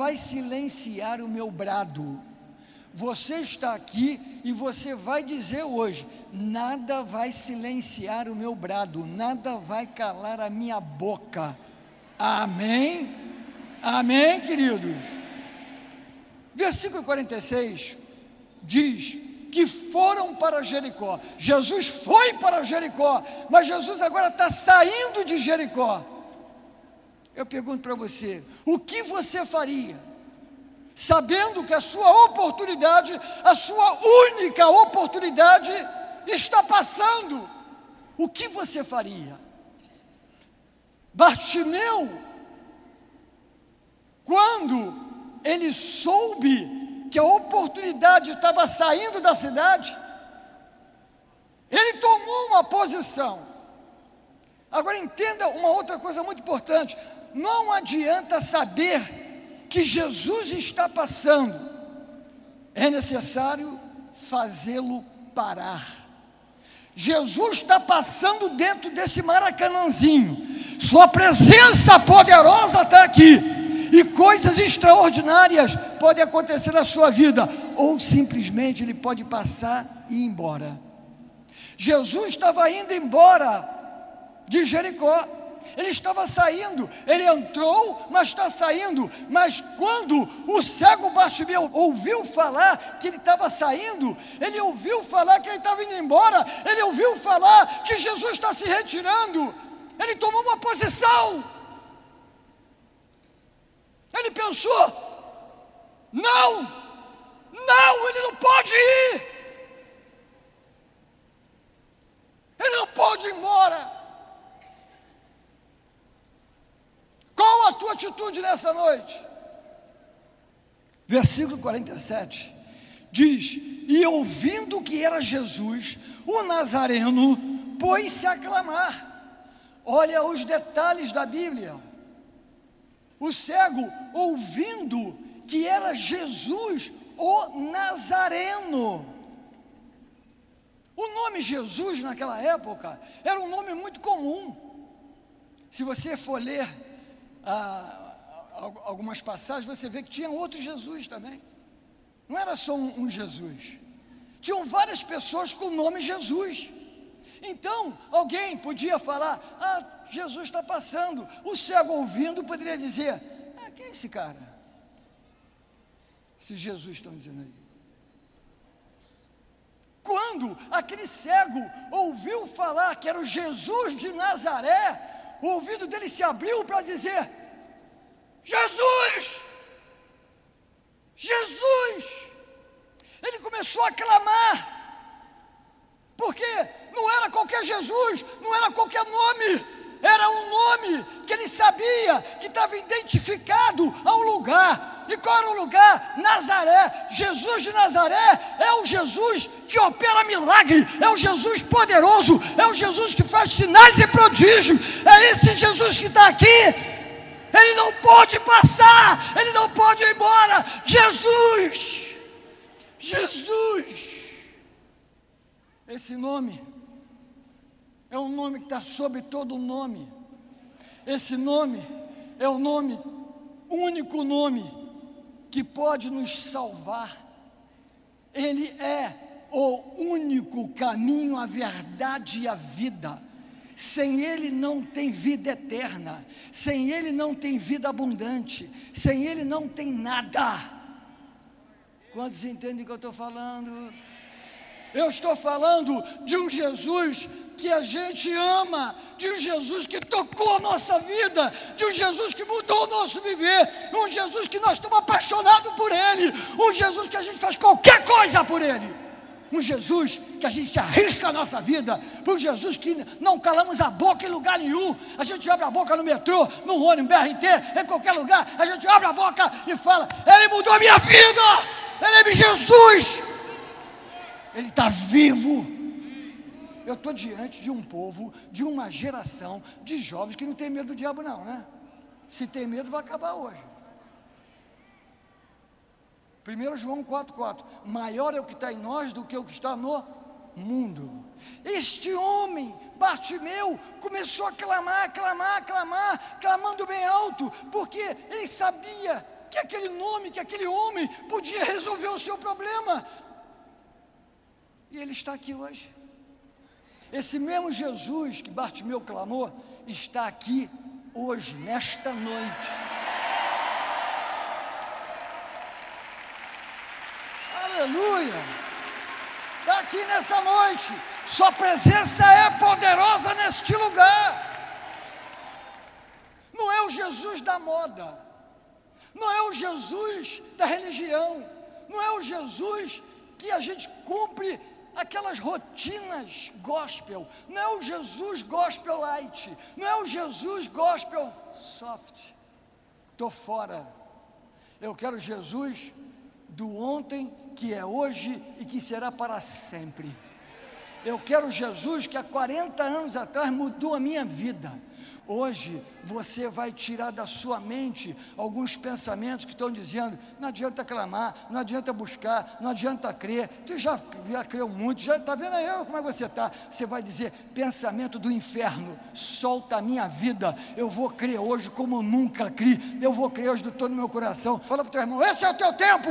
vai silenciar o meu brado. Você está aqui e você vai dizer hoje: nada vai silenciar o meu brado, nada vai calar a minha boca. Amém? Amém, queridos? Versículo 46 diz que foram para Jericó. Jesus foi para Jericó, mas Jesus agora está saindo de Jericó. Eu pergunto para você: o que você faria, sabendo que a sua oportunidade, a sua única oportunidade, está passando? O que você faria? Bartimeu, quando ele soube que a oportunidade estava saindo da cidade, ele tomou uma posição. Agora entenda uma outra coisa muito importante: não adianta saber que Jesus está passando, é necessário fazê-lo parar. Jesus está passando dentro desse Maracanãzinho, sua presença poderosa está aqui, e coisas extraordinárias podem acontecer na sua vida, ou simplesmente ele pode passar e ir embora. Jesus estava indo embora de Jericó, ele estava saindo, ele entrou, mas está saindo. Mas quando o cego Bartimeu ouviu falar que ele estava saindo, ele ouviu falar que ele estava indo embora, ele ouviu falar que Jesus está se retirando, ele tomou uma posição. Ele pensou: não, ele não pode ir, ele não pode ir embora. Qual a tua atitude nessa noite? Versículo 47 diz: e ouvindo que era Jesus, o Nazareno pôs-se a clamar. Olha os detalhes da Bíblia. O cego, ouvindo que era Jesus, o Nazareno. O nome Jesus naquela época era um nome muito comum. Se você for ler algumas passagens, você vê que tinha outro Jesus também. Não era só um Jesus. Tinham várias pessoas com o nome Jesus. Então, alguém podia falar: Jesus está passando. O cego, ouvindo, poderia dizer: quem é esse cara? Esse Jesus estão dizendo aí. Quando aquele cego ouviu falar que era o Jesus de Nazaré, o ouvido dele se abriu para dizer: Jesus! Jesus! Ele começou a clamar, porque não era qualquer Jesus, não era qualquer nome, era um nome que ele sabia que estava identificado a um lugar. E qual era o lugar? Nazaré. Jesus de Nazaré é o Jesus que opera milagre, é o Jesus poderoso, é o Jesus que faz sinais e prodígios. É esse Jesus que está aqui. Ele não pode passar, ele não pode ir embora. Jesus, Jesus. Esse nome é um nome que está sobre todo nome. Esse nome é o nome, único nome que pode nos salvar. Ele é o único caminho, a verdade e a vida. Sem Ele não tem vida eterna, sem Ele não tem vida abundante, sem Ele não tem nada. Quantos entendem o que eu estou falando? Eu estou falando de um Jesus que a gente ama, de um Jesus que tocou a nossa vida, de um Jesus que mudou o nosso viver, um Jesus que nós estamos apaixonados por Ele, um Jesus que a gente faz qualquer coisa por Ele, um Jesus que a gente se arrisca a nossa vida, um Jesus que não calamos a boca em lugar nenhum. A gente abre a boca no metrô, no ônibus, BRT, em qualquer lugar, a gente abre a boca e fala: Ele mudou a minha vida, Ele é Jesus, Ele está vivo. Eu estou diante de um povo, de uma geração de jovens que não tem medo do diabo não, né? Se tem medo, vai acabar hoje. 1 João 4,4: maior é o que está em nós do que o que está no mundo. Este homem, Bartimeu, começou a clamar, clamando bem alto, porque ele sabia que aquele nome, que aquele homem podia resolver o seu problema. E ele está aqui hoje. Esse mesmo Jesus que Bartimeu clamou, está aqui hoje, nesta noite. Aleluia! Está aqui nessa noite. Sua presença é poderosa neste lugar. Não é o Jesus da moda, não é o Jesus da religião, não é o Jesus que a gente cumpre aquelas rotinas gospel, não é o Jesus gospel light, não é o Jesus gospel soft. Estou fora. Eu quero Jesus do ontem, que é hoje e que será para sempre. Eu quero Jesus que há 40 anos atrás mudou a minha vida. Hoje você vai tirar da sua mente alguns pensamentos que estão dizendo: não adianta clamar, não adianta buscar, não adianta crer. Tu já creu muito, já está vendo aí como é que você está. Você vai dizer: pensamento do inferno, solta a minha vida. Eu vou crer hoje como eu nunca criei. Eu vou crer hoje de todo o meu coração. Fala para o teu irmão: esse é o teu tempo.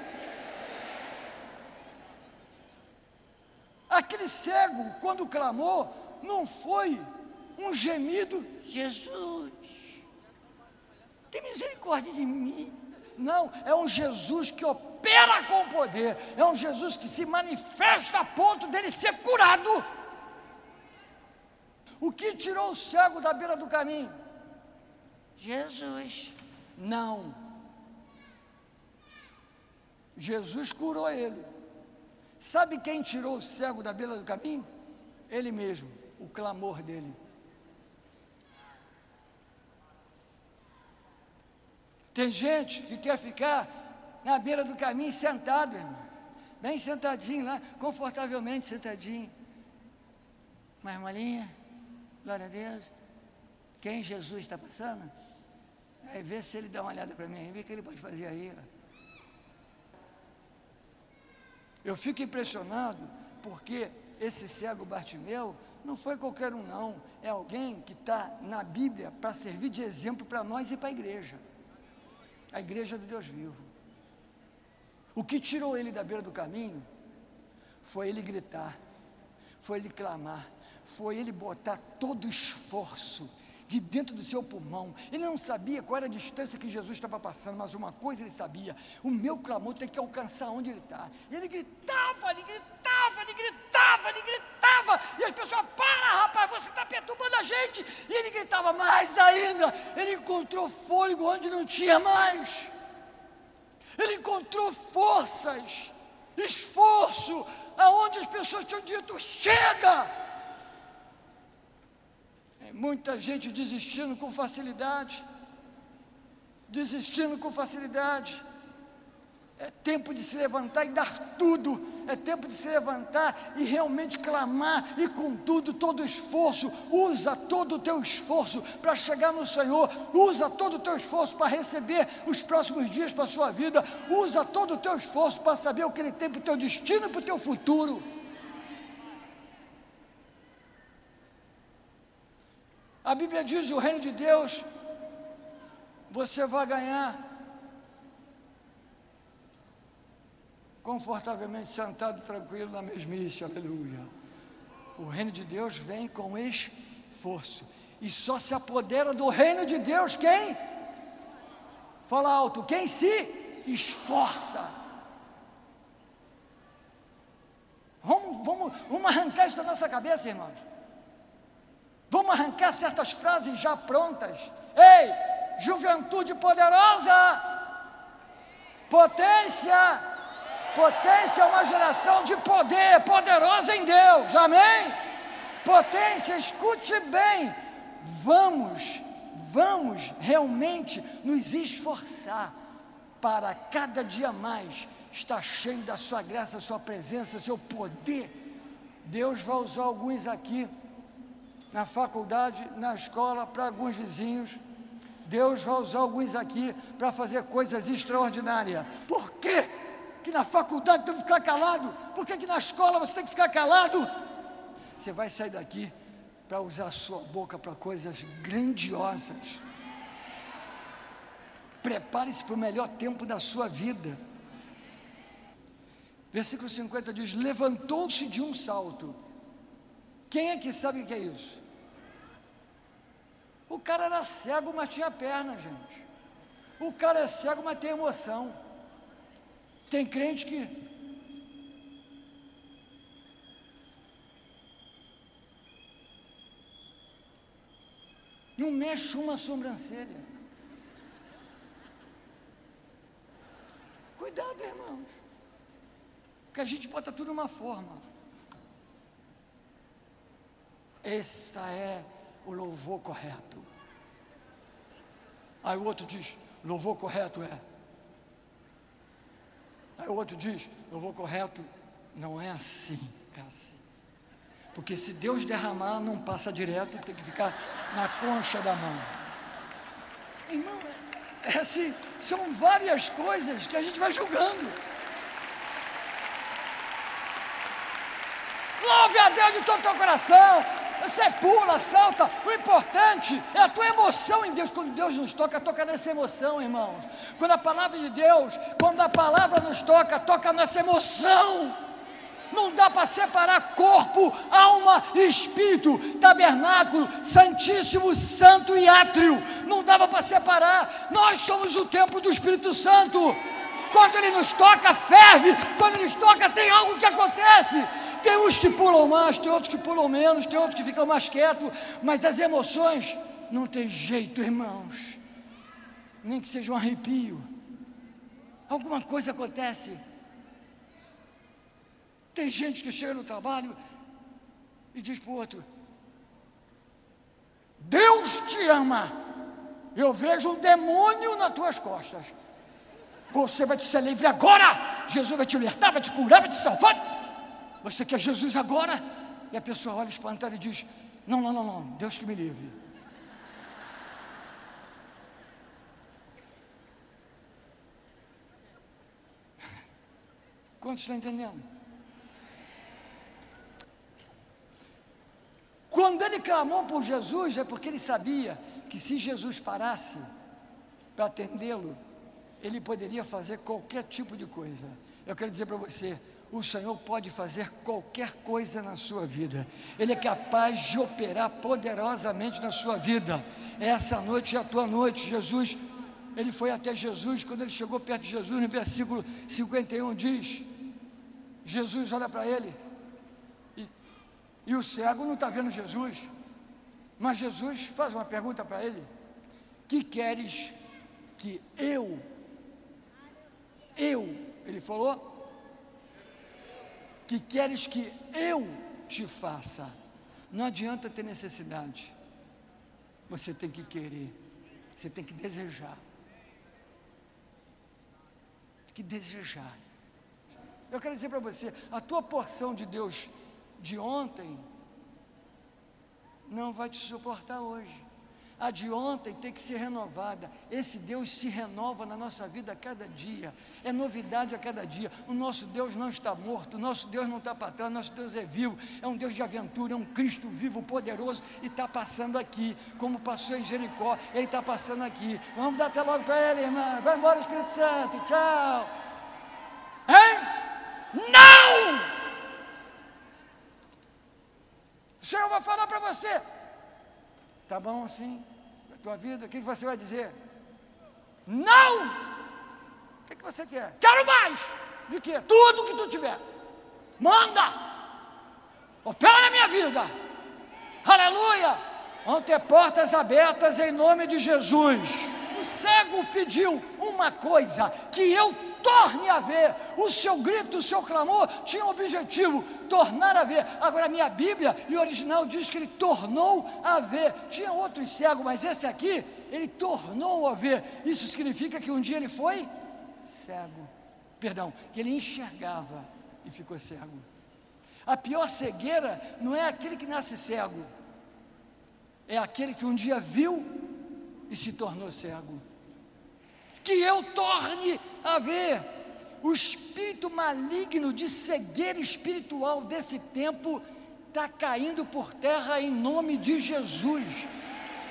Aquele cego, quando clamou, não foi um gemido: Jesus, tem misericórdia de mim. Não, é um Jesus que opera com poder, é um Jesus que se manifesta a ponto dele ser curado. O que tirou o cego da beira do caminho? Jesus. Não, Jesus curou ele. Sabe quem tirou o cego da beira do caminho? Ele mesmo, o clamor dele. Tem gente que quer ficar na beira do caminho sentado, irmão, bem sentadinho lá, confortavelmente sentadinho. Mas, irmãlinha, glória a Deus, quem Jesus está passando? Aí vê se ele dá uma olhada para mim, vê o que ele pode fazer aí. Eu fico impressionado, porque esse cego Bartimeu não foi qualquer um não, é alguém que está na Bíblia para servir de exemplo para nós e para a igreja do Deus vivo. O que tirou ele da beira do caminho foi ele gritar, foi ele clamar, foi ele botar todo o esforço de dentro do seu pulmão. Ele não sabia qual era a distância que Jesus estava passando, mas uma coisa ele sabia: o meu clamor tem que alcançar onde ele está. E ele gritava, ele gritava, ele gritava, ele gritava, e as pessoas: para, rapaz, você está perturbando a gente. E ele gritava mais ainda. Ele encontrou fôlego onde não tinha mais. Ele encontrou forças, esforço, aonde as pessoas tinham dito: chega. Muita gente desistindo com facilidade. É tempo de se levantar e dar tudo. É tempo de se levantar e realmente clamar, e com tudo, todo o esforço. Usa todo o teu esforço para chegar no Senhor. Usa todo o teu esforço para receber os próximos dias para a sua vida. Usa todo o teu esforço para saber o que Ele tem para o teu destino e para o teu futuro. A Bíblia diz: o reino de Deus você vai ganhar confortavelmente sentado, tranquilo na mesmice. Aleluia. O reino de Deus vem com esforço, e só se apodera do reino de Deus quem? Fala alto: quem se esforça. Vamos arrancar isso da nossa cabeça, irmãos. Vamos arrancar certas frases já prontas. Ei, juventude poderosa, potência é uma geração de poder, poderosa em Deus, amém? Potência, escute bem, vamos realmente nos esforçar para cada dia mais estar cheio da sua graça, sua presença, seu poder. Deus vai usar alguns aqui na faculdade, na escola, para alguns vizinhos. Deus vai usar alguns aqui para fazer coisas extraordinárias. Por quê que na faculdade tem que ficar calado? Por que na escola você tem que ficar calado? Você vai sair daqui para usar a sua boca para coisas grandiosas. Prepare-se para o melhor tempo da sua vida. Versículo 50 diz: levantou-se de um salto. Quem é que sabe o que é isso? O cara era cego, mas tinha perna, gente. O cara é cego, mas tem emoção. Tem crente que não mexe uma sobrancelha. Cuidado, irmãos, porque a gente bota tudo numa forma. Esse é o louvor correto. Aí o outro diz: louvor correto é. Aí o outro diz: louvor correto não é assim, é assim. Porque se Deus derramar, não passa direto, tem que ficar na concha da mão. Irmão, é assim, são várias coisas que a gente vai julgando. Louve a Deus de todo o teu coração. Você pula, salta. O importante é a tua emoção em Deus. Quando Deus nos toca, toca nessa emoção, irmãos. Quando a palavra de Deus, quando a palavra nos toca, toca nessa emoção. Não dá para separar corpo, alma e espírito, tabernáculo, santíssimo, santo e átrio. Não dava para separar. Nós somos o templo do Espírito Santo. Quando ele nos toca, ferve. Quando ele nos toca, tem algo que acontece. Tem uns que pulam mais, tem outros que pulam menos, tem outros que ficam mais quietos, mas as emoções não tem jeito, irmãos. Nem que seja um arrepio. Alguma coisa acontece. Tem gente que chega no trabalho e diz para o outro: Deus te ama. Eu vejo um demônio nas tuas costas. Você vai ser livre agora. Jesus vai te libertar, vai te curar, vai te salvar. Você quer Jesus agora? E a pessoa olha espantada e diz: não, Deus que me livre. Quantos estão entendendo? Quando ele clamou por Jesus, é porque ele sabia que se Jesus parasse para atendê-lo, ele poderia fazer qualquer tipo de coisa. Eu quero dizer para você: o Senhor pode fazer qualquer coisa na sua vida. Ele é capaz de operar poderosamente na sua vida. Essa noite é a tua noite. Jesus, ele foi até Jesus. Quando ele chegou perto de Jesus, no versículo 51 diz: Jesus olha para ele, e o cego não está vendo Jesus, mas Jesus faz uma pergunta para ele: que queres que ele falou, que queres que eu te faça? Não adianta ter necessidade, você tem que querer, você tem que desejar. Que desejar. Eu quero dizer para você: a tua porção de Deus de ontem não vai te suportar hoje. A de ontem tem que ser renovada. Esse Deus se renova na nossa vida a cada dia. É novidade a cada dia. O nosso Deus não está morto. O nosso Deus não está para trás. O nosso Deus é vivo. É um Deus de aventura. É um Cristo vivo, poderoso. E está passando aqui. Como passou em Jericó, Ele está passando aqui. Vamos dar até logo para Ele, irmã. Vai embora, Espírito Santo. Tchau. Hein? Não! O Senhor vai falar para você: tá bom assim? A tua vida, o que você vai dizer? Não! O que você quer? Quero mais! De quê? Tudo que tu tiver. Manda! Opera na minha vida. Aleluia! Vão ter portas abertas em nome de Jesus. O cego pediu uma coisa: que eu torne a ver. O seu grito, o seu clamor tinha um objetivo: tornar a ver. Agora a minha Bíblia, em original, diz que ele tornou a ver. Tinha outros cegos, mas esse aqui, ele tornou a ver. Isso significa que um dia ele foi cego. Perdão, que ele enxergava e ficou cego. A pior cegueira não é aquele que nasce cego, é aquele que um dia viu e se tornou cego. Que eu torne a ver. O espírito maligno de cegueira espiritual desse tempo está caindo por terra em nome de Jesus.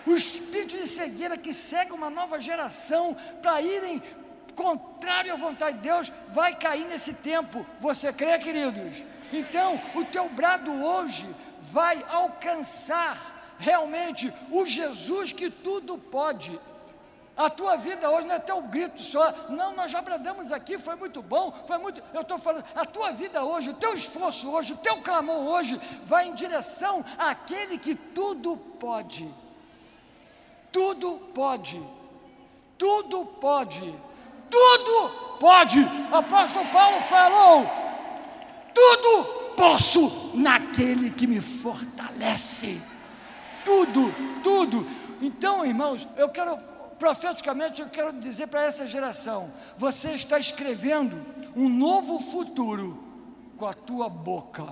O espírito de cegueira que segue uma nova geração para irem contrário à vontade de Deus, vai cair nesse tempo. Você crê, queridos? Então, o teu brado hoje vai alcançar realmente o Jesus que tudo pode. A tua vida hoje não é teu grito só, não, nós já bradamos aqui, foi muito bom, eu estou falando, a tua vida hoje, o teu esforço hoje, o teu clamor hoje, vai em direção àquele que tudo pode. Tudo pode, tudo pode, tudo pode. O apóstolo Paulo falou: tudo posso naquele que me fortalece. Tudo, tudo. Então, irmãos, profeticamente eu quero dizer para essa geração: você está escrevendo um novo futuro com a tua boca.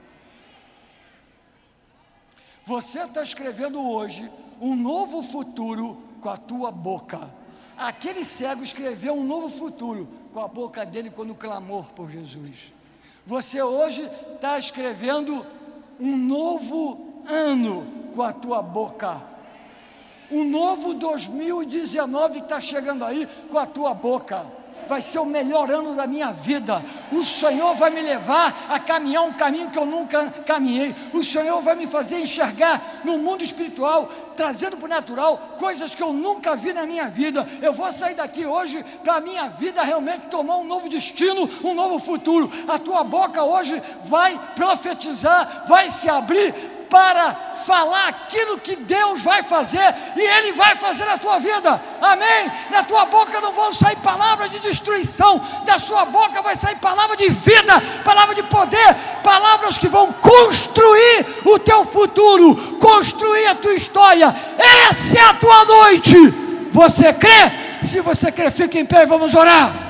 Você está escrevendo hoje um novo futuro com a tua boca. Aquele cego escreveu um novo futuro com a boca dele quando clamou por Jesus. Você hoje está escrevendo um novo ano com a tua boca. Um novo 2019 está chegando aí com a tua boca. Vai ser o melhor ano da minha vida. O Senhor vai me levar a caminhar um caminho que eu nunca caminhei. O Senhor vai me fazer enxergar no mundo espiritual, trazendo para o natural coisas que eu nunca vi na minha vida. Eu vou sair daqui hoje para a minha vida realmente tomar um novo destino, um novo futuro. A tua boca hoje vai profetizar, vai se abrir para falar aquilo que Deus vai fazer, e Ele vai fazer na tua vida, amém? Na tua boca não vão sair palavras de destruição, da sua boca vai sair palavra de vida, palavra de poder, palavras que vão construir o teu futuro, construir a tua história. Essa é a tua noite. Você crê? Se você crê, fique em pé e vamos orar.